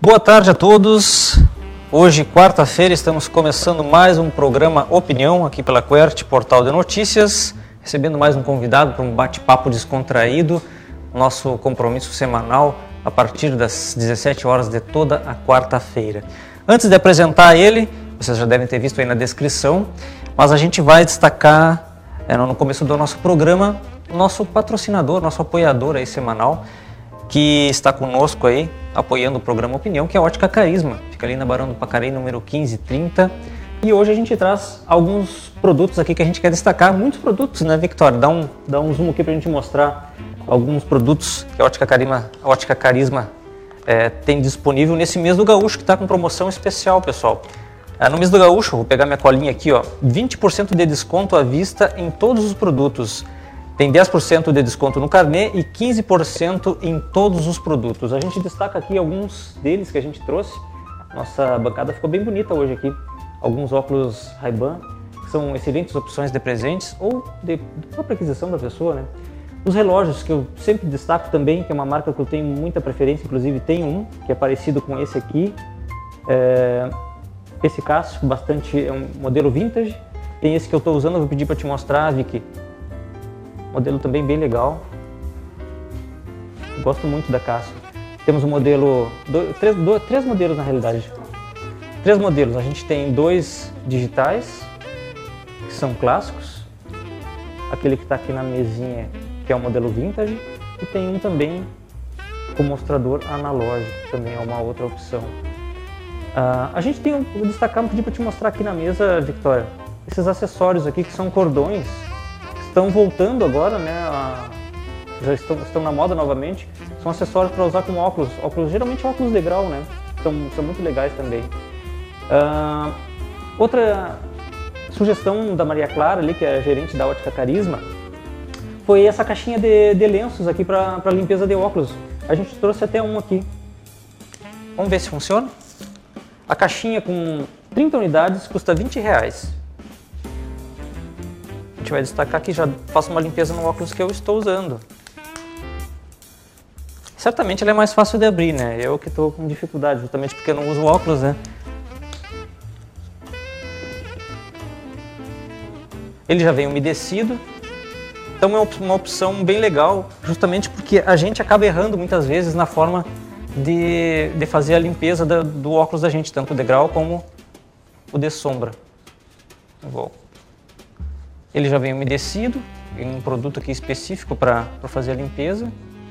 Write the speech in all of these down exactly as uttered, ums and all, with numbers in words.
Boa tarde a todos. Hoje, quarta-feira, estamos começando mais um programa Opinião aqui pela Quert, Portal de Notícias, recebendo mais um convidado para um bate-papo descontraído, nosso compromisso semanal a partir das dezessete horas de toda a quarta-feira. Antes de apresentar ele, vocês já devem ter visto aí na descrição, mas a gente vai destacar é, no começo do nosso programa o nosso patrocinador, nosso apoiador aí semanal, que está conosco aí, apoiando o programa Opinião, que é a Ótica Carisma. Fica ali na Barão do Pacarim, número quinze trinta. E hoje a gente traz alguns produtos aqui que a gente quer destacar. Muitos produtos, né, Victoria? Dá um, dá um zoom aqui pra gente mostrar alguns produtos que a Ótica Carisma, a Ótica Carisma é, tem disponível nesse mês do Gaúcho, que está com promoção especial, pessoal. É, no mês do Gaúcho, vou pegar minha colinha aqui, ó, vinte por cento de desconto à vista em todos os produtos. Tem dez por cento de desconto no carnê e quinze por cento em todos os produtos. A gente destaca aqui alguns deles que a gente trouxe. Nossa bancada ficou bem bonita hoje aqui. Alguns óculos Ray-Ban, que são excelentes opções de presentes ou de própria aquisição da pessoa, né? Os relógios, que eu sempre destaco também, que é uma marca que eu tenho muita preferência, inclusive tem um, que é parecido com esse aqui. É... Esse Casio, bastante, é um modelo vintage. Tem esse que eu estou usando, eu vou pedir para te mostrar, Vicky. Modelo também bem legal. Gosto muito da Casio. Temos um modelo, dois, três, dois, três modelos na realidade. Três modelos. A gente tem dois digitais, que são clássicos. Aquele que está aqui na mesinha, que é o modelo vintage. E tem um também com mostrador analógico, também é uma outra opção. Uh, a gente tem, um, vou destacar, vou pedir para te mostrar aqui na mesa, Victoria, esses acessórios aqui que são cordões. Estão voltando agora, né? A, já estão, estão na moda novamente. São acessórios para usar com óculos, óculos geralmente óculos de grau, né? São, são muito legais também. Uh, outra sugestão da Maria Clara, ali, que é a gerente da Ótica Carisma, foi essa caixinha de, de lenços aqui para limpeza de óculos. A gente trouxe até um aqui. Vamos ver se funciona? A caixinha com trinta unidades custa vinte reais. A gente vai destacar que já faço uma limpeza no óculos que eu estou usando. Certamente ele é mais fácil de abrir, né? Eu que estou com dificuldade, justamente porque eu não uso óculos, né? Ele já vem umedecido, então é uma opção bem legal, justamente porque a gente acaba errando muitas vezes na forma de, de fazer a limpeza da, do óculos da gente, tanto o de grau como o de sombra. Vou. Ele já vem umedecido, tem um produto aqui específico para fazer a limpeza.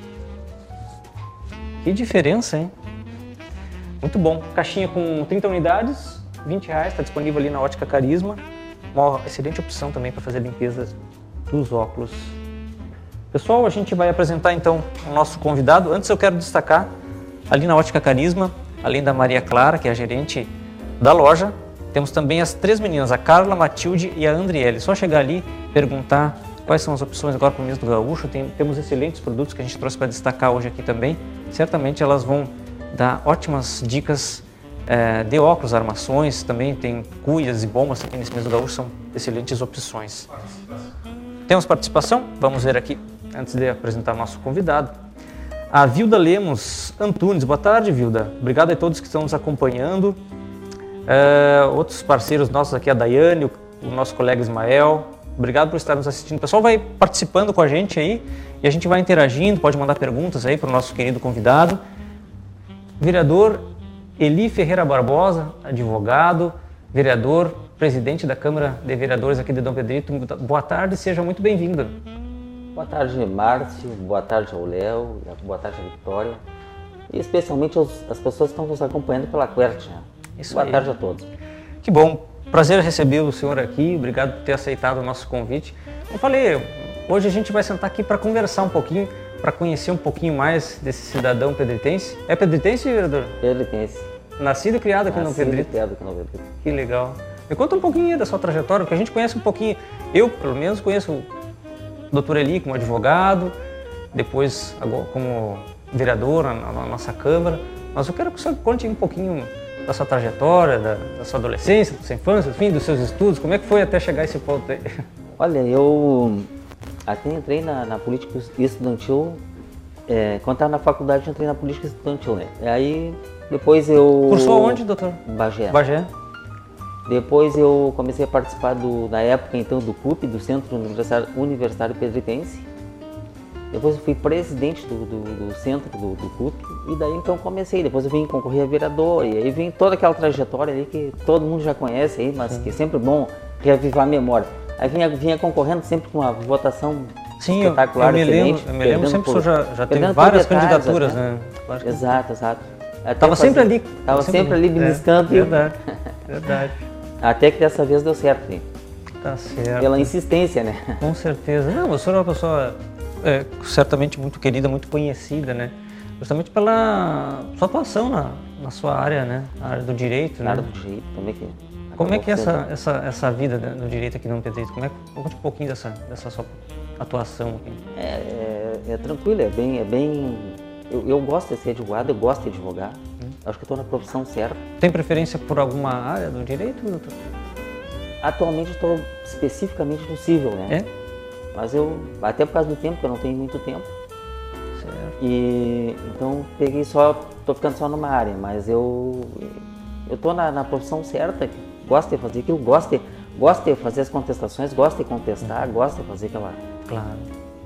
Que diferença, hein? Muito bom. Caixinha com trinta unidades, vinte reais, está disponível ali na Ótica Carisma. Uma excelente opção também para fazer a limpeza dos óculos. Pessoal, a gente vai apresentar então o nosso convidado. Antes eu quero destacar, ali na Ótica Carisma, além da Maria Clara, que é a gerente da loja, temos também as três meninas, a Carla, a Matilde e a Andriele. Só chegar ali, perguntar quais são as opções agora para o mês do Gaúcho. Tem, temos excelentes produtos que a gente trouxe para destacar hoje aqui também. Certamente elas vão dar ótimas dicas é, de óculos, armações, também tem cuias e bombas aqui nesse mês do Gaúcho, são excelentes opções. Temos participação? Vamos ver aqui, antes de apresentar nosso convidado. A Vilda Lemos Antunes. Boa tarde, Vilda. Obrigado a todos que estão nos acompanhando. Uh, outros parceiros nossos aqui, a Daiane, o, o nosso colega Ismael, obrigado por estar nos assistindo. O pessoal vai participando com a gente aí e a gente vai interagindo, pode mandar perguntas aí para o nosso querido convidado. Vereador Eli Ferreira Barbosa, advogado, vereador, presidente da Câmara de Vereadores aqui de Dom Pedrito. Boa tarde, seja muito bem-vindo. Boa tarde, Márcio, boa tarde ao Léo, boa tarde à Victoria e especialmente aos, as pessoas que estão nos acompanhando pela Quert. Isso Boa aí. tarde a todos. Que bom, prazer receber o senhor aqui, obrigado por ter aceitado o nosso convite. Como falei, hoje a gente vai sentar aqui para conversar um pouquinho, para conhecer um pouquinho mais desse cidadão pedritense. É pedritense, vereador? Pedritense. Nascido e criado aqui no Pedrito? Nascido e criado aqui no Pedrito. Que legal. Me conta um pouquinho da sua trajetória, porque a gente conhece um pouquinho, eu pelo menos conheço o doutor Eli como advogado, depois agora como vereador na, na nossa Câmara, mas eu quero que o senhor conte um pouquinho da sua trajetória, da, da sua adolescência, da sua infância, enfim, dos seus estudos, como é que foi até chegar a esse ponto aí? Olha, eu até entrei na, na política estudantil É, quando estava na faculdade, eu entrei na política estudantil, né? E aí, depois eu... Cursou onde, doutor? Bagé. Bagé. Depois eu comecei a participar, do, na época, então, do C U P, do Centro Universitário, Universitário Pedritense. Depois eu fui presidente do, do, do centro do, do C U P, e daí, então, comecei. Depois eu vim concorrer a vereador, e aí vem toda aquela trajetória ali que todo mundo já conhece aí, mas Sim. que é sempre bom reavivar a memória. Aí vinha, vinha concorrendo sempre com uma votação Sim, espetacular, eu, eu me lembro, eu me lembro sempre que o senhor já, já teve várias detalhes, candidaturas, até. né? Exato, exato. Estava sempre ali. Estava sempre, sempre ali beliscando. É, verdade, verdade. Até que dessa vez deu certo, hein? Tá certo. Pela insistência, né? Com certeza. Não, o senhor é uma pessoa é, certamente muito querida, muito conhecida, né? Justamente pela sua atuação na, na sua área, né? A área do direito, na né? área do direito, como é que Como é que é essa, essa, essa vida no direito aqui no Pedrito? Como é que, conte um pouquinho dessa, dessa sua atuação aqui. É, é, é tranquilo, é bem... É bem eu, eu gosto de ser advogado, eu gosto de advogar. Hum. Acho que estou na profissão certa. Tem preferência por alguma área do direito, doutor? Atualmente estou especificamente no civil, né? É? Mas eu, até por causa do tempo, que eu não tenho muito tempo. Certo. E então peguei só, estou ficando só numa área, mas eu eu estou na, na profissão certa, gosto de fazer aquilo, gosto de, gosto de fazer as contestações, gosto de contestar, uhum. gosto de fazer aquela... Claro.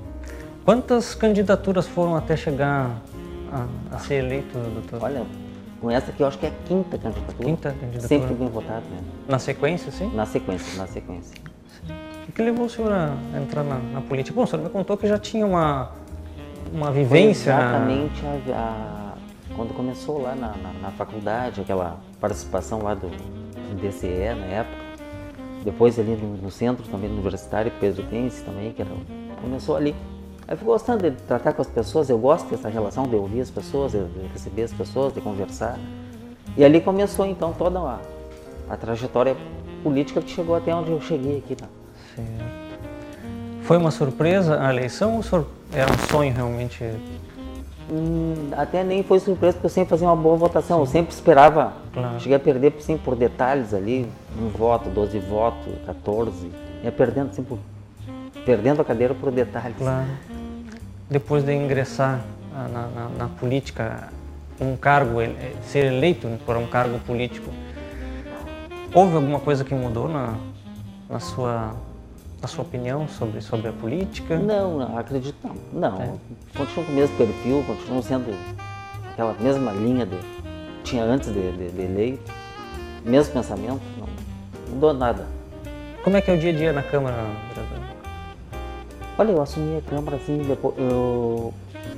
Quantas candidaturas foram até chegar a, a ser eleito, doutor? Olha, com essa aqui eu acho que é a quinta candidatura. Quinta candidatura. Sempre bem votado, né? Na sequência, sim? Na sequência, na sequência. Sim. O que levou o senhor a entrar na, na política? Bom, o senhor me contou que já tinha uma, uma vivência... Foi exatamente a, a, quando começou lá na, na, na faculdade, aquela participação lá do D C E na época. Depois ali no, no centro também, no Universitário Pedritense também, que era, começou ali. Aí eu fui gostando de tratar com as pessoas, eu gosto dessa relação de ouvir as pessoas, de receber as pessoas, de conversar. E ali começou então toda a, a trajetória política que chegou até onde eu cheguei aqui. Tá? Certo. Foi uma surpresa a eleição ou era um sonho realmente? Hum, até nem foi surpresa, porque eu sempre fazia uma boa votação, Sim. eu sempre esperava, claro. Cheguei a perder sim, por detalhes ali, um voto, doze votos, quatorze, ia perdendo assim, por, perdendo a cadeira por detalhes. Claro. Depois de ingressar na, na, na política, um cargo, ser eleito por um cargo político, houve alguma coisa que mudou na, na, sua, na sua opinião sobre, sobre a política? Não, não acredito não. Não, é. Continuo com o mesmo perfil, continuo sendo aquela mesma linha que tinha antes de, de, de eleito, mesmo pensamento, não mudou nada. Como é que é o dia a dia na Câmara, vereador? Olha, eu assumi a Câmara assim, depois, eu,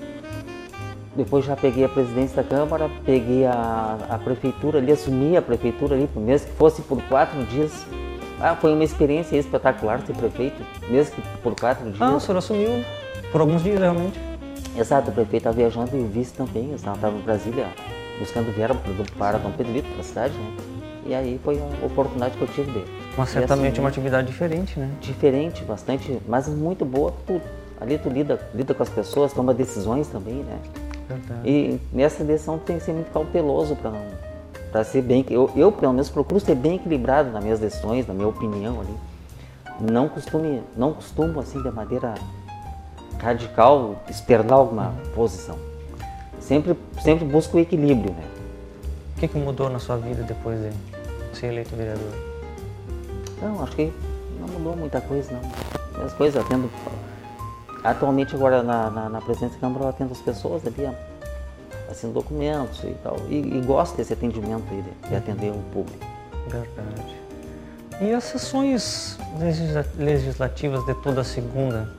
depois já peguei a presidência da Câmara, peguei a, a Prefeitura ali, assumi a Prefeitura ali, mesmo que fosse por quatro dias. Ah, foi uma experiência espetacular ser prefeito, mesmo que por quatro dias. Ah, o senhor assumiu por alguns dias realmente? Exato, o prefeito estava viajando e o vice também, eu estava em Brasília buscando verba para Dom Pedrito, para a cidade, né? E aí foi a oportunidade que eu tive dele. Mas certamente assim, uma atividade diferente, né? Diferente, bastante, mas muito boa. Tu, ali tu lida, lida com as pessoas, toma decisões também, né? Verdade. E nessa decisão tu tem que ser muito cauteloso para não, para ser bem, eu, eu pelo menos procuro ser bem equilibrado nas minhas decisões, na minha opinião ali. Não costume, não costumo assim de maneira radical externar alguma uhum. posição. Sempre, sempre busco o equilíbrio, né? O que, que mudou na sua vida depois de ser eleito vereador? Não, acho que não mudou muita coisa, não. As coisas atendo. Atualmente agora na, na, na presidência da Câmara eu atendo as pessoas ali, assino documentos e tal. E, e gosto desse atendimento aí, de, de atender o público. Verdade. E as sessões legislativas de toda segunda?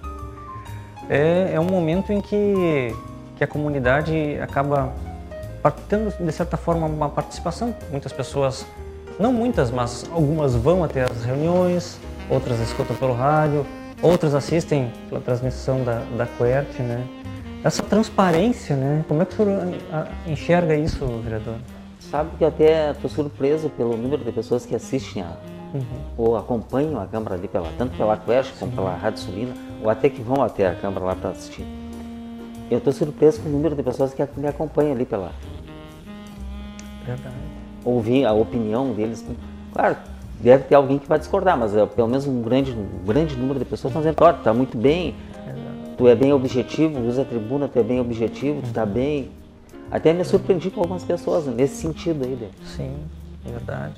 É, é um momento em que, que a comunidade acaba tendo, de certa forma, uma participação. Muitas pessoas, não muitas, mas algumas vão até as reuniões, outras escutam pelo rádio, outras assistem pela transmissão da, da QWERTE, né? Essa transparência, né? Como é que o senhor enxerga isso, vereador? Sabe que até estou surpreso pelo número de pessoas que assistem a, uhum. ou acompanham a Câmara ali, pela, tanto pela QWERTE como pela Rádio Sulina, ou até que vão até a Câmara lá para assistir. Eu estou surpreso com o número de pessoas que me acompanham ali pela... Verdade. Ouvir a opinião deles. Claro, deve ter alguém que vai discordar, mas é, pelo menos um grande, um grande número de pessoas estão dizendo, ó, está muito bem, tu é bem objetivo, usa a tribuna, tu é bem objetivo, tu tá bem. Até me surpreendi com algumas pessoas nesse sentido aí. Né? Sim, é verdade.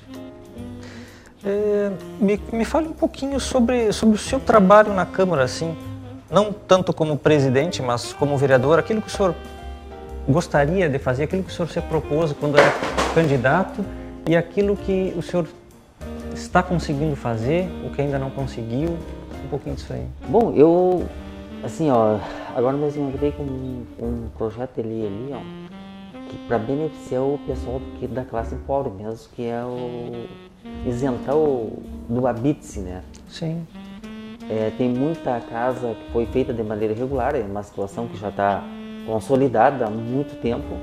É, me, me fale um pouquinho sobre, sobre o seu trabalho na Câmara, assim, não tanto como presidente, mas como vereador, aquilo que o senhor gostaria de fazer, aquilo que o senhor se propôs quando era candidato e aquilo que o senhor está conseguindo fazer, o que ainda não conseguiu, um pouquinho disso aí. Bom, eu, assim, ó, agora mesmo eu entrei com um, um projeto ali, ali, ó, que para beneficiar o pessoal que, da classe pobre mesmo, que é o isentar o, do habite-se, né? Sim. É, tem muita casa que foi feita de maneira irregular, é uma situação que já está consolidada há muito tempo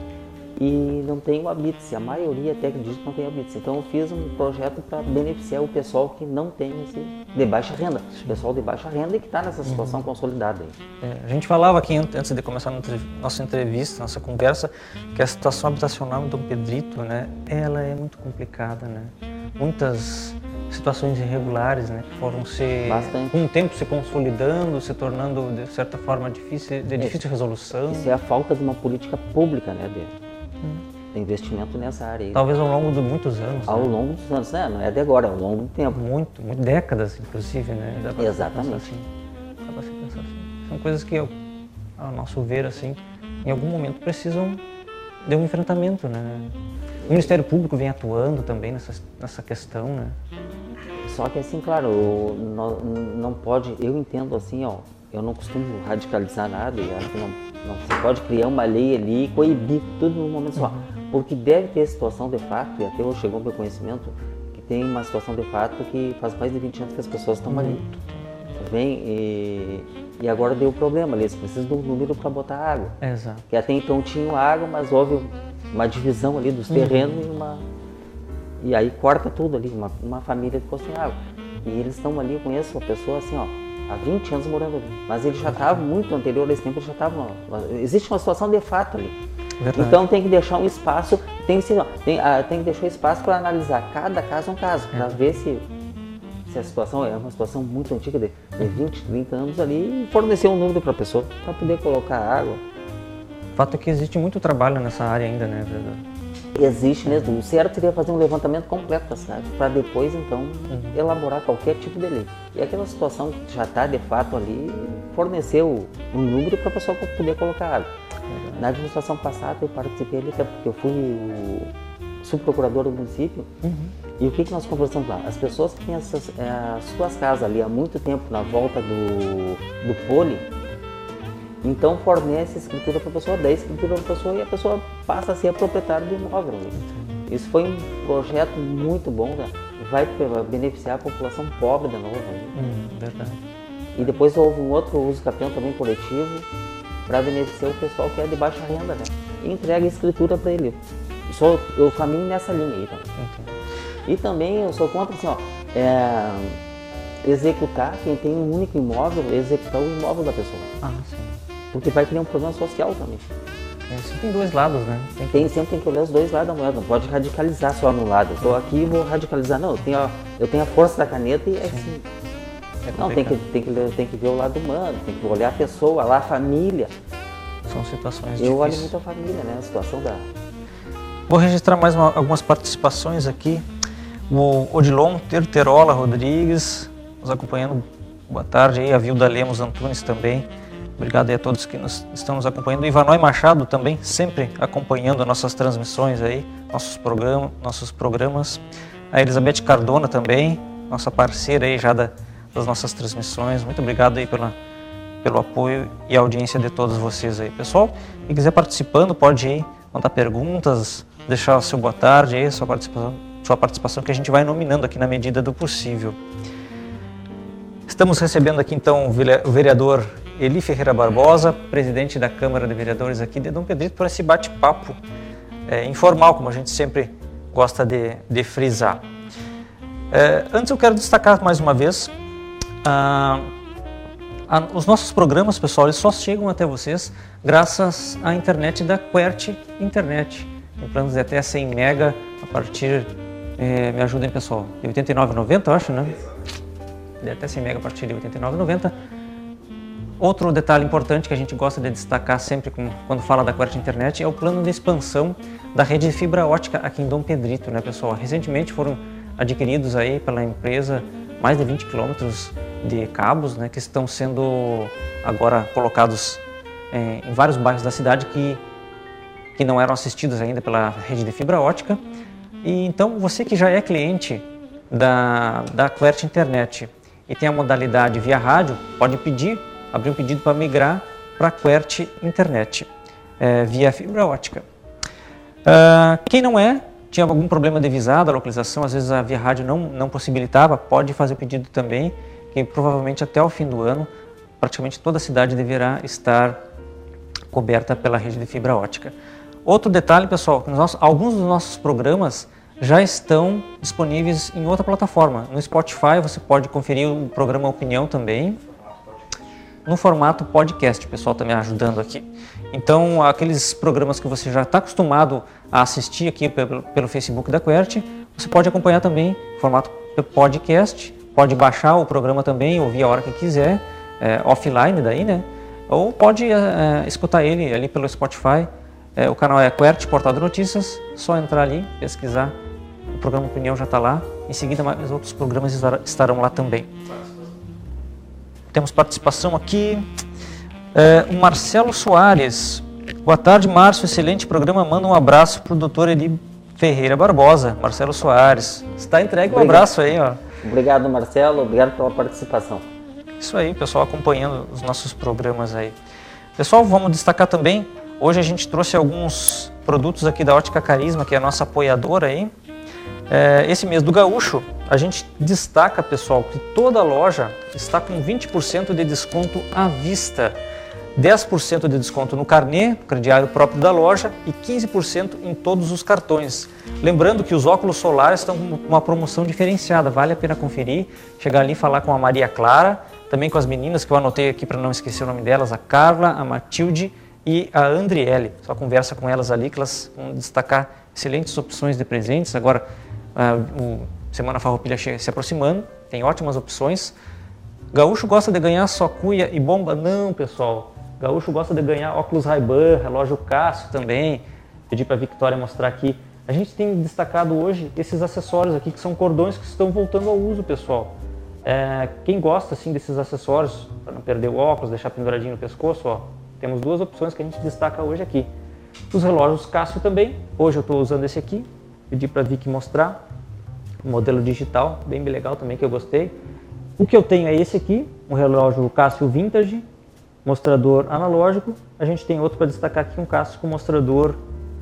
e não tem o habite-se, a maioria até que diz que não tem habite-se. Então eu fiz um projeto para beneficiar o pessoal que não tem esse de baixa renda, Sim. o pessoal de baixa renda e que está nessa situação uhum. consolidada. Aí. É, a gente falava aqui antes de começar a nossa entrevista, nossa conversa, que a situação habitacional em Dom Pedrito, né, ela é muito complicada, né? Muitas situações irregulares, né, que foram se, com o tempo se consolidando, se tornando de certa forma difícil, de difícil é, resolução. Isso é a falta de uma política pública, né, de, hum. de investimento nessa área. Aí. Talvez ao longo de muitos anos. Ao né? longo dos anos, né, não é de agora, é ao longo do tempo. Muito, muito décadas, inclusive, né. Dá pra Exatamente. Assim. Dá pra se pensar assim. São coisas que, ao nosso ver, assim, em algum momento precisam de um enfrentamento, né. O Ministério Público vem atuando também nessa, nessa questão, né? Só que assim, claro, não, não pode, eu entendo assim, ó, eu não costumo radicalizar nada, e acho que não, não se pode criar uma lei ali e coibir tudo num momento só. Uhum. Porque deve ter situação de fato, e até hoje chegou ao meu conhecimento, que tem uma situação de fato que faz mais de vinte anos que as pessoas estão uhum. ali. Bem, e, e agora deu problema ali, eles precisam de um número para botar água. Exato. Que até então tinha água, mas houve uma divisão ali dos terrenos uhum. e uma... E aí corta tudo ali, uma, uma família ficou sem água. E eles estão ali, eu conheço uma pessoa assim, ó, há vinte anos morando ali. Mas ele já estava, muito anterior a esse tempo, ele já estava... Existe uma situação de fato ali. Verdade. Então tem que deixar um espaço, tem que, ser, ó, tem, ah, tem que deixar espaço para analisar cada caso um caso, para é. ver se, se a situação é uma situação muito antiga, de, de vinte, trinta anos ali, e fornecer um número para a pessoa, para poder colocar água. O fato é que existe muito trabalho nessa área ainda, né? Verdade. Existe mesmo. O certo seria fazer um levantamento completo da cidade, para depois, então, uhum. elaborar qualquer tipo de lei. E aquela situação que já está, de fato, ali, fornecer um número para a pessoa poder colocar água. Uhum. Na administração passada, eu participei ali, até porque eu fui o subprocurador do município. Uhum. E o que, que nós conversamos lá? As pessoas que têm essas, as suas casas ali há muito tempo na volta do, do pole, então fornece escritura para a pessoa, dá escritura para a pessoa e a pessoa passa a ser a proprietária do imóvel. Isso foi um projeto muito bom, né? Vai beneficiar a população pobre de novo. Né? Hum, verdade. E depois houve um outro uso capião também coletivo para beneficiar o pessoal que é de baixa renda, né? E entrega a escritura para ele. Sou, eu caminho nessa linha aí também. Okay. E também eu sou contra assim, ó, é, executar, quem tem um único imóvel, executar o imóvel da pessoa. Ah, sim. Porque vai criar um problema social também. Isso tem dois lados, né? Tem, tem, sempre tem que olhar os dois lados da moeda, não pode radicalizar só no lado. Eu estou aqui e vou radicalizar. Não, eu tenho, a, eu tenho a força da caneta e é assim. É não, tem que, tem, que, tem que ver o lado humano, tem que olhar a pessoa, lá a família. São situações Eu difíceis. olho muito a família, né? A situação da... Vou registrar mais uma, algumas participações aqui. O Odilon Terterola Rodrigues nos acompanhando. Boa tarde aí, a Vilda Lemos Antunes também. Obrigado aí a todos que nos, estão nos acompanhando. O Ivanói Machado também, sempre acompanhando nossas transmissões aí, nossos, programa, nossos programas. A Elizabeth Cardona também, nossa parceira aí já da, das nossas transmissões. Muito obrigado aí pela, pelo apoio e audiência de todos vocês aí. Pessoal, quem quiser participando pode aí mandar perguntas, deixar o seu boa tarde aí, sua participação, sua participação que a gente vai nominando aqui na medida do possível. Estamos recebendo aqui então o vereador Eli Ferreira Barbosa, presidente da Câmara de Vereadores aqui de Dom Pedrito, por esse bate-papo é, informal, como a gente sempre gosta de, de frisar. É, antes eu quero destacar mais uma vez, ah, a, os nossos programas, pessoal, eles só chegam até vocês graças à internet da Quert Internet, em planos de até cem mega, a partir, é, me ajudem pessoal, de oitenta e nove reais e noventa centavos, eu acho, né? De até cem mega a partir de oitenta e nove reais e noventa centavos. Outro detalhe importante que a gente gosta de destacar sempre com, quando fala da QWERTY Internet é o plano de expansão da rede de fibra ótica aqui em Dom Pedrito, né, pessoal? Recentemente foram adquiridos aí pela empresa mais de vinte quilômetros de cabos, né, que estão sendo agora colocados é, em vários bairros da cidade que, que não eram assistidos ainda pela rede de fibra ótica. E então você que já é cliente da, da QWERTY Internet e tem a modalidade via rádio, pode pedir, abrir um pedido para migrar para a QWERTY Internet é, via fibra ótica. Uh, quem não é, tinha algum problema de visada, localização, às vezes a via rádio não, não possibilitava, pode fazer o pedido também, que provavelmente até o fim do ano, praticamente toda a cidade deverá estar coberta pela rede de fibra ótica. Outro detalhe, pessoal, que nossos, alguns dos nossos programas já estão disponíveis em outra plataforma. No Spotify você pode conferir o programa Opinião também, no formato podcast, o pessoal também ajudando aqui. Então, aqueles programas que você já está acostumado a assistir aqui pelo, pelo Facebook da QWERTY, você pode acompanhar também em formato podcast, pode baixar o programa também, ouvir a hora que quiser, é, offline daí, né? Ou pode é, escutar ele ali pelo Spotify. É, o canal é QWERTY Portal de Notícias, só entrar ali, pesquisar, o programa Opinião já está lá, em seguida mais outros programas estarão lá também. Temos participação aqui, é, o Marcelo Soares. Boa tarde, Márcio, excelente programa, manda um abraço para o doutor Eli Ferreira Barbosa. Marcelo Soares, está entregue um abraço aí, ó. Obrigado, Marcelo, obrigado pela participação. Isso aí, pessoal, acompanhando os nossos programas aí. Pessoal, vamos destacar também, hoje a gente trouxe alguns produtos aqui da Ótica Carisma, que é a nossa apoiadora aí. É, esse mês do Gaúcho, a gente destaca, pessoal, que toda loja está com vinte por cento de desconto à vista, dez por cento de desconto no carnê, crediário próprio da loja e quinze por cento em todos os cartões. Lembrando que os óculos solares estão com uma promoção diferenciada, vale a pena conferir, chegar ali e falar com a Maria Clara, também com as meninas que eu anotei aqui para não esquecer o nome delas, a Carla, a Matilde e a Andriele. Só conversa com elas ali que elas vão destacar excelentes opções de presentes. Agora, uh, o Semana Farroupilha se aproximando, tem ótimas opções. Gaúcho gosta de ganhar só cuia e bomba? Não, pessoal. Gaúcho gosta de ganhar óculos Ray-Ban, relógio Casio também. Pedi para a Victoria mostrar aqui. A gente tem destacado hoje esses acessórios aqui, que são cordões que estão voltando ao uso, pessoal. É, quem gosta assim, desses acessórios, para não perder o óculos, deixar penduradinho no pescoço, ó, temos duas opções que a gente destaca hoje aqui. Os relógios Casio também. Hoje eu estou usando esse aqui. Pedi para a Vicky mostrar. Um modelo digital, bem legal também, que eu gostei. O que eu tenho é esse aqui, um relógio Casio Vintage, mostrador analógico. A gente tem outro para destacar aqui, um Casio com mostrador,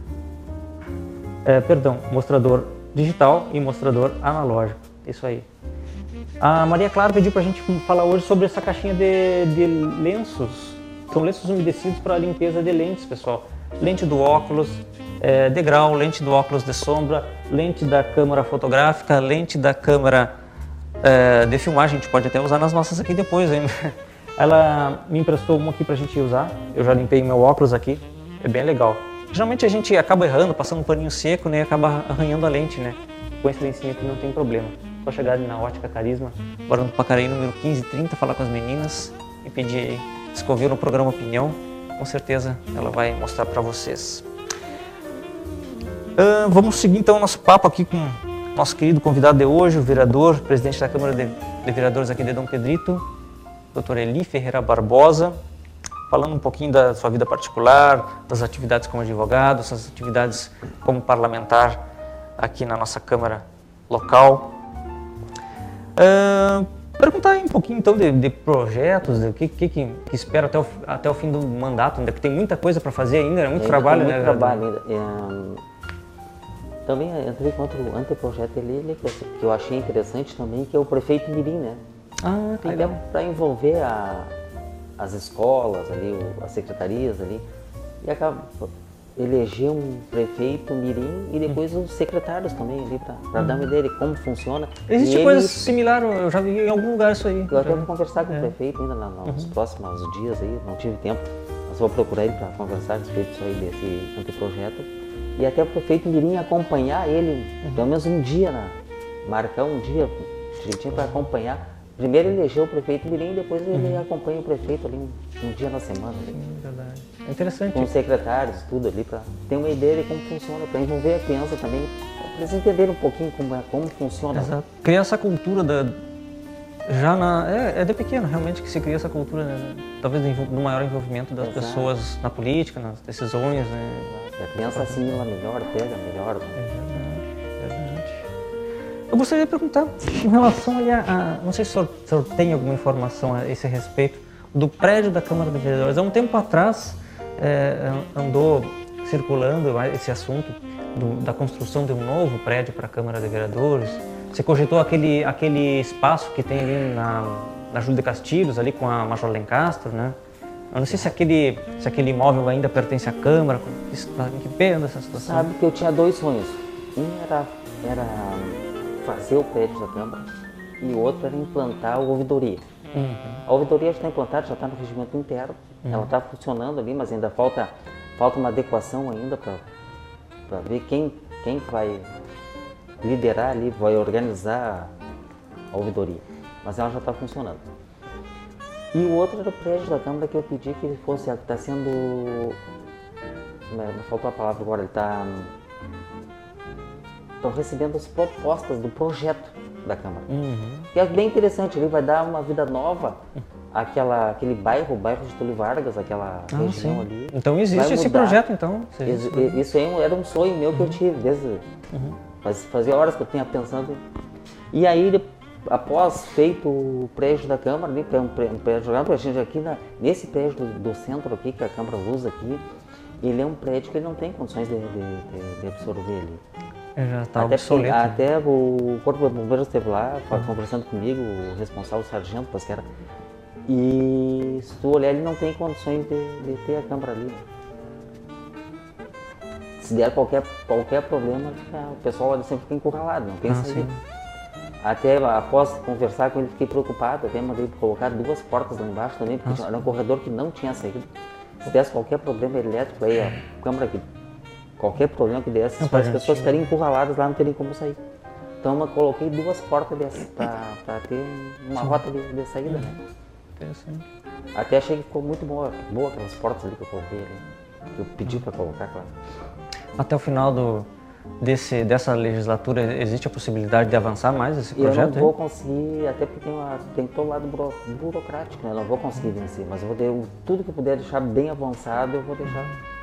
é, perdão, mostrador digital e mostrador analógico. Isso aí. A Maria Clara pediu para a gente falar hoje sobre essa caixinha de, de lenços. São lenços umedecidos para limpeza de lentes, pessoal. Lente do óculos, é, de grau, lente do óculos de sombra, lente da câmera fotográfica, lente da câmera é, de filmagem. A gente pode até usar nas nossas aqui depois, hein? Ela me emprestou uma aqui pra gente usar. Eu já limpei meu óculos aqui, é bem legal. Geralmente a gente acaba errando, passando um paninho seco, né, e acaba arranhando a lente, né? Com esse lencinho aqui não tem problema. Só chegar ali na Ótica Carisma, agora no Pacaraí número quinze trinta, falar com as meninas e pedir aí, se ouviram no programa Opinião, com certeza ela vai mostrar para vocês. Uh, vamos seguir então o nosso papo aqui com o nosso querido convidado de hoje, o vereador, presidente da Câmara de, de Vereadores aqui de Dom Pedrito, doutor Eli Ferreira Barbosa, falando um pouquinho da sua vida particular, das atividades como advogado, suas atividades como parlamentar aqui na nossa Câmara local. Uh, perguntar aí um pouquinho então de, de projetos, o que, que, que espera até o, até o fim do mandato, ainda que tem muita coisa para fazer ainda, é muito é, trabalho, tem muito né? trabalho ainda. É, também entrei contra o anteprojeto ali, que eu achei interessante também, que é o prefeito Mirim, né? Ah, que legal. Para envolver a, as escolas ali, as secretarias ali, e acaba eleger um prefeito Mirim e depois hum. os secretários também ali, para hum. dar uma ideia de como funciona. Existe coisa ele... similar, eu já vi em algum lugar isso aí. Eu até vou conversar com é. o prefeito ainda nos uhum. próximos dias aí, não tive tempo, mas vou procurar ele para conversar a respeito disso aí, desse anteprojeto. E até o prefeito Mirim acompanhar ele, uhum. pelo menos um dia, né? Marcar um dia direitinho para acompanhar Primeiro ele elegeu o prefeito Mirim, depois ele uhum. acompanha o prefeito ali um, um dia na semana. Ali. Sim, verdade. É interessante. Com os secretários, tudo ali, para ter uma ideia de como funciona, para envolver a criança também, para eles entenderem um pouquinho como, é, como funciona. Exato. Criar essa cultura da... Já na... É, é de pequeno, realmente, que se cria essa cultura, né? Talvez no maior envolvimento das Exato. pessoas na política, nas decisões, né? A criança assimila melhor, pega melhor. Né? É verdade, é verdade. Eu gostaria de perguntar em relação ali a, a... Não sei se o senhor, o senhor tem alguma informação a esse respeito do prédio da Câmara de Vereadores. Há um tempo atrás é, andou circulando esse assunto do, da construção de um novo prédio para a Câmara de Vereadores. Você cogitou aquele, aquele espaço que tem ali na, na Júlio de Castilhos, ali com a Major Lencastre, né? Eu não sei se aquele, se aquele imóvel ainda pertence à Câmara, em que pé anda essa situação? Sabe que eu tinha dois sonhos. Um era, era fazer o prédio da Câmara e o outro era implantar a ouvidoria. Uhum. A ouvidoria já está implantada, já está no regimento interno, uhum. ela está funcionando ali, mas ainda falta, falta uma adequação ainda para ver quem, quem vai liderar ali, vai organizar a ouvidoria. Mas ela já está funcionando. E o outro era o prédio da Câmara que eu pedi que ele fosse, está sendo, me faltou a palavra agora, ele está, estão recebendo as propostas do projeto da Câmara. Uhum. Que é bem interessante, ele vai dar uma vida nova àquela, àquele bairro, o bairro de Túlio Vargas, aquela ah, região sim. ali. Então existe esse projeto, então? Isso, isso aí era um sonho meu que uhum. eu tive, desde, uhum. mas fazia horas que eu tinha pensando. E aí, após feito o prédio da Câmara, ali, um prédio jogado, a gente aqui na, nesse prédio do, do centro aqui, que a Câmara usa aqui, ele é um prédio que ele não tem condições de, de, de, de absorver ali. Já está até, obsoleto. Até o Corpo de Bombeiros esteve lá, uhum. conversando comigo, o responsável, o sargento, que era. E se tu olhar, ele não tem condições de, de ter a Câmara ali. Se der qualquer, qualquer problema, o pessoal sempre fica encurralado, não tem ah, saída. Sim. Até após conversar com ele, fiquei preocupado, até mandei colocar duas portas lá embaixo também, porque Nossa. era um corredor que não tinha saída. Se desse qualquer problema elétrico, aí a Câmara aqui. Qualquer problema que desse, as pessoas ficariam encurraladas lá, não teriam como sair. Então eu coloquei duas portas dessas para ter uma Sim. rota de, de saída, né? Interessante. Até achei que ficou muito boa, boa aquelas portas ali que eu coloquei ali, que eu pedi para colocar, claro. Até o final do, desse, dessa legislatura, existe a possibilidade de avançar mais esse projeto? Eu não vou conseguir, até porque tem, uma, tem todo o lado buro, burocrático, né? Eu não vou conseguir vencer, mas eu vou ter, tudo que eu puder deixar bem avançado, eu vou deixar.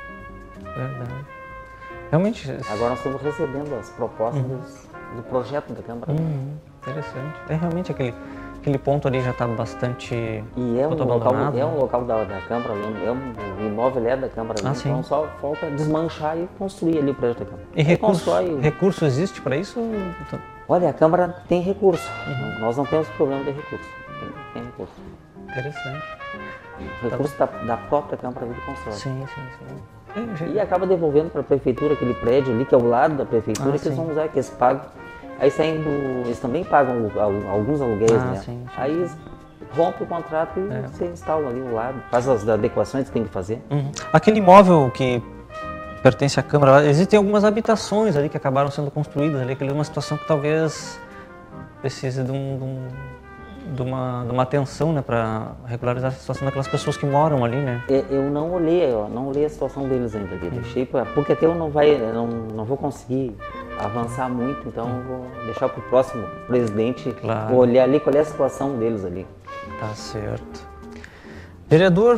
Verdade. Realmente. Agora nós estamos recebendo as propostas uhum. dos, do projeto da Câmara. Uhum. Interessante. É realmente aquele, aquele ponto ali já está bastante E é um local, é um local da, da Câmara, é um, o imóvel é da Câmara, ah, então só falta desmanchar e construir ali o projeto da Câmara. E recurso, constrói... recurso existe para isso? Olha, a Câmara tem recurso. Uhum. Nós não temos problema de recurso. Tem, tem recurso. Interessante. O recurso tá... da, da própria Câmara de constrói. Sim, sim, sim. E acaba devolvendo para a prefeitura aquele prédio ali, que é ao lado da prefeitura, ah, que sim. eles vão usar, que eles pagam. Aí saindo, eles também pagam alguns aluguéis, ah, né? Sim, sim. Aí eles rompem o contrato e é. você instala ali ao lado, faz as adequações que tem que fazer. Uhum. Aquele imóvel que pertence à Câmara, existem algumas habitações ali que acabaram sendo construídas ali, que é uma situação que talvez precise de um... De um... De uma, de uma atenção, né, para regularizar a situação daquelas pessoas que moram ali, né? Eu não olhei, eu não olhei a situação deles ainda, ali. Deixei pra, porque até eu não, vai, eu não, não vou conseguir avançar muito, então eu vou deixar para o próximo presidente claro. olhar ali qual é a situação deles ali. Tá certo. Vereador,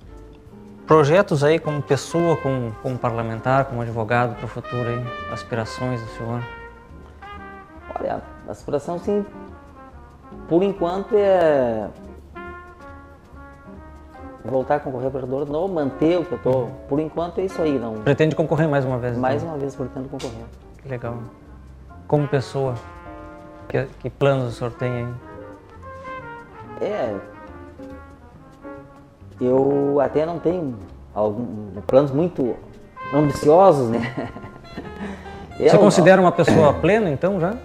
projetos aí como pessoa, como, como parlamentar, como advogado para o futuro aí, aspirações do senhor? Olha, a aspiração sim. Por enquanto é voltar a concorrer para vereador, não manter o que eu tô. Uhum. Por enquanto é isso aí, não. Pretende concorrer mais uma vez? Mais então? uma vez pretendo concorrer. Que legal. Como pessoa, que, que planos o senhor tem aí? É, eu até não tenho algum, planos muito ambiciosos, né? Eu, Você considera uma pessoa plena então já?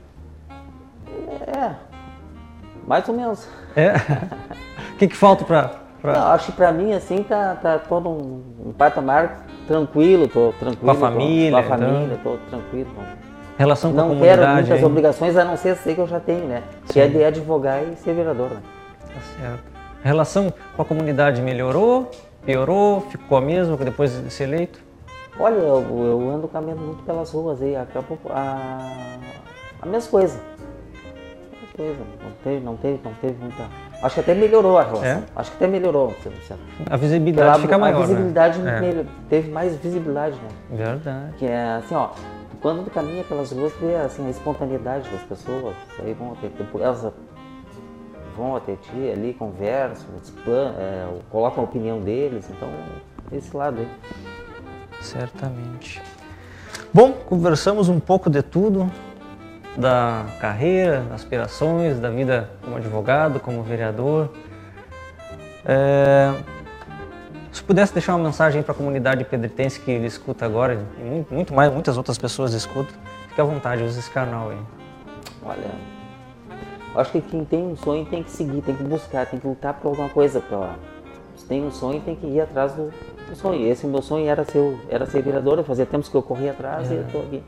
É. Mais ou menos. É? O que, que falta para... Pra... Não, acho que para mim, assim, tá, tá todo um, um patamar tranquilo, tô tranquilo. Com a família? Tô, com a família, então... tô tranquilo. Relação com a não comunidade. quero muitas hein? obrigações, a não ser sei que eu já tenho, né? Que é de advogar e ser vereador, né? Tá certo. A relação com a comunidade melhorou, piorou, ficou a mesma depois de ser eleito? Olha, eu, eu ando caminhando muito pelas ruas aí, acabou a, a mesma coisa. A mesma coisa, não teve, não teve, não teve muita... Acho que até melhorou a relação, É? acho que até melhorou. A visibilidade Pela, fica maior, A visibilidade né? melhor, teve mais visibilidade, né? Verdade. Que é assim, ó, quando tu caminha pelas ruas, tu vê assim, a espontaneidade das pessoas, aí vão até, elas vão até ti ali, conversam, explan, é, colocam a opinião deles, então, esse lado aí. Certamente. Bom, conversamos um pouco de tudo, da carreira, aspirações, da vida como advogado, como vereador. É... Se pudesse deixar uma mensagem para a comunidade pedritense que ele escuta agora, e muito, muito mais, muitas outras pessoas escutam, fique à vontade, use esse canal aí. Olha, eu acho que quem tem um sonho tem que seguir, tem que buscar, tem que lutar por alguma coisa. Pra... Se tem um sonho, tem que ir atrás do, do sonho. Esse meu sonho era ser, era ser vereador, fazia tempos que eu corria atrás é. e eu estou aqui.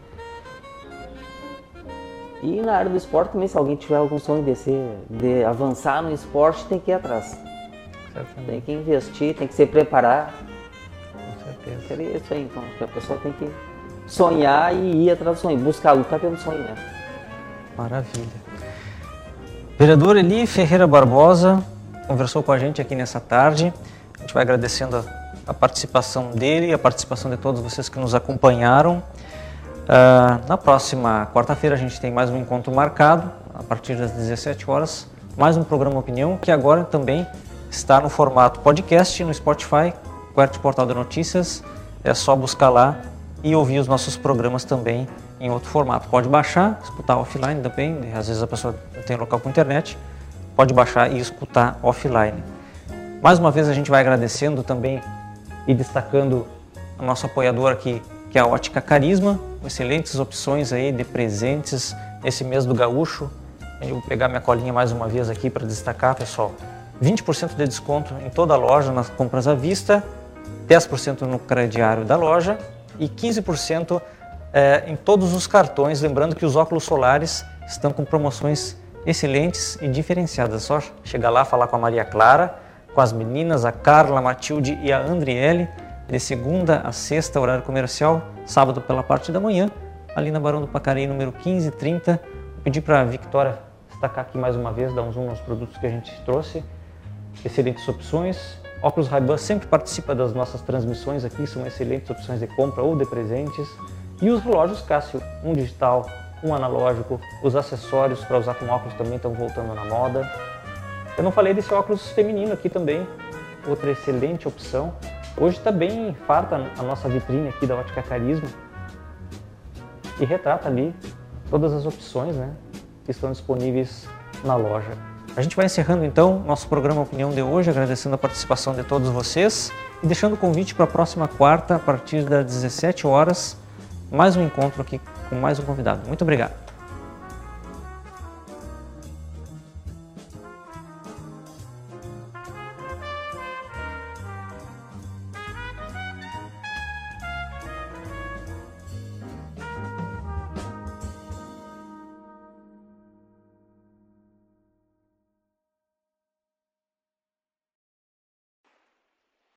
E na área do esporte também, se alguém tiver algum sonho de, ser, de avançar no esporte, tem que ir atrás. Certamente. Tem que investir, tem que se preparar. Com certeza. Seria isso aí, então. A pessoa tem que sonhar e ir atrás do sonho, buscar, lutar pelo sonho, né? Maravilha. Vereador Eli Ferreira Barbosa conversou com a gente aqui nessa tarde. A gente vai agradecendo a, a participação dele e a participação de todos vocês que nos acompanharam. Uh, na próxima quarta-feira a gente tem mais um encontro marcado, a partir das dezessete horas, mais um programa Opinião, que agora também está no formato podcast no Spotify, Quert Portal de Notícias. É só buscar lá e ouvir os nossos programas também em outro formato. Pode baixar, escutar offline também, às vezes a pessoa não tem local com internet, pode baixar e escutar offline. Mais uma vez a gente vai agradecendo também e destacando a nosso apoiador aqui, que é a Ótica Carisma, com excelentes opções aí de presentes nesse mês do Gaúcho. Eu vou pegar minha colinha mais uma vez aqui para destacar, pessoal. vinte por cento de desconto em toda a loja nas compras à vista, dez por cento no crediário da loja e quinze por cento é, em todos os cartões. Lembrando que os óculos solares estão com promoções excelentes e diferenciadas. É só chegar lá, falar com a Maria Clara, com as meninas, a Carla, a Matilde e a Andriele, de segunda a sexta, horário comercial, sábado pela parte da manhã, ali na Barão do Pacareí, número quinze trinta. Vou pedir para a Victoria destacar aqui mais uma vez, dar um zoom nos produtos que a gente trouxe. Excelentes opções. Óculos Ray-Ban sempre participa das nossas transmissões aqui, são excelentes opções de compra ou de presentes. E os relógios Cássio, um digital, um analógico. Os acessórios para usar com óculos também estão voltando na moda. Eu não falei desse óculos feminino aqui também, outra excelente opção. Hoje está bem farta a nossa vitrine aqui da Ótica Carisma e retrata ali todas as opções, né, que estão disponíveis na loja. A gente vai encerrando então nosso programa Opinião de hoje, agradecendo a participação de todos vocês e deixando o convite para a próxima quarta, a partir das dezessete horas, mais um encontro aqui com mais um convidado. Muito obrigado.